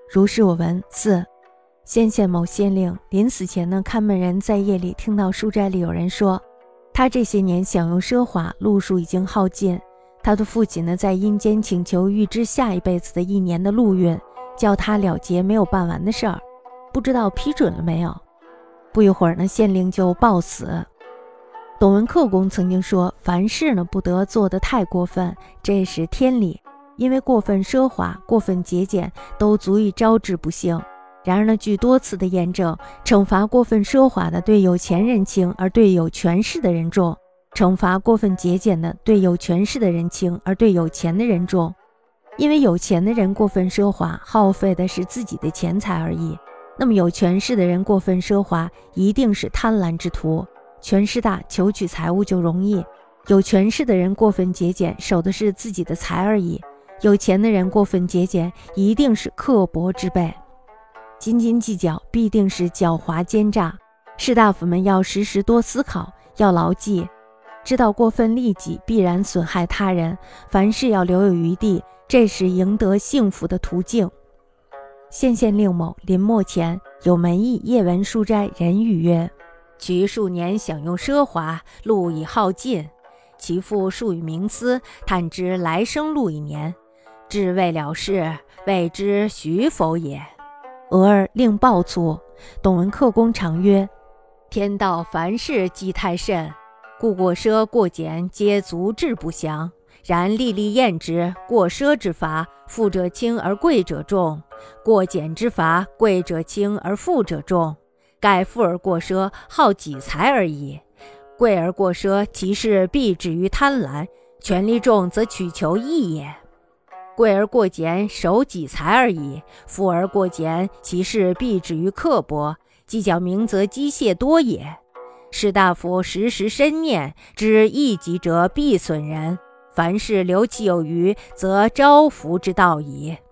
如是我闻。4. 县县某县令临死前呢，看门人在夜里听到书斋里有人说，他这些年享用奢华，路数已经耗尽。他的父亲呢，在阴间请求预知下一辈子的1年的路运，叫他了结没有办完的事儿，不知道批准了没有。不一会儿呢，县令就暴死。董文克公曾经说，凡事呢不得做得太过分，这是天理，因为过分奢华、过分节俭都足以招致不幸。然而呢，据多次的验证，惩罚过分奢华的对有钱人轻，而对有权势的人重；惩罚过分节俭的对有权势的人轻，而对有钱的人重。因为有钱的人过分奢华，耗费的是自己的钱财而已；那么有权势的人过分奢华，一定是贪婪之徒。权势大，求取财物就容易；有权势的人过分节俭，守的是自己的财而已；有钱的人过分节俭，一定是刻薄之辈。斤斤计较必定是狡猾奸诈，士大夫们要时时多思考，要牢记，知道过分利己必然损害他人，凡事要留有余地，这是赢得幸福的途径。县令某临末前，有门役夜闻书斋人语曰：渠数年享用奢华，路已耗尽，其父数与冥思，探知来生路1年，至未了事，未知许否也。俄而令暴卒。董文克公常曰：天道凡事积太甚，故过奢过俭皆足治不详。然历历验之，过奢之罚，富者轻而贵者重；过俭之罚，贵者轻而富者重。盖富而过奢，好己财而已；贵而过奢，其事必止于贪婪，权力重则取求义也。贵而过俭，守己财而已；富而过俭，其事必止于刻薄，计较明则机械多也。士大夫时时深念，知一己者必损人，凡事留其有余，则招福之道矣。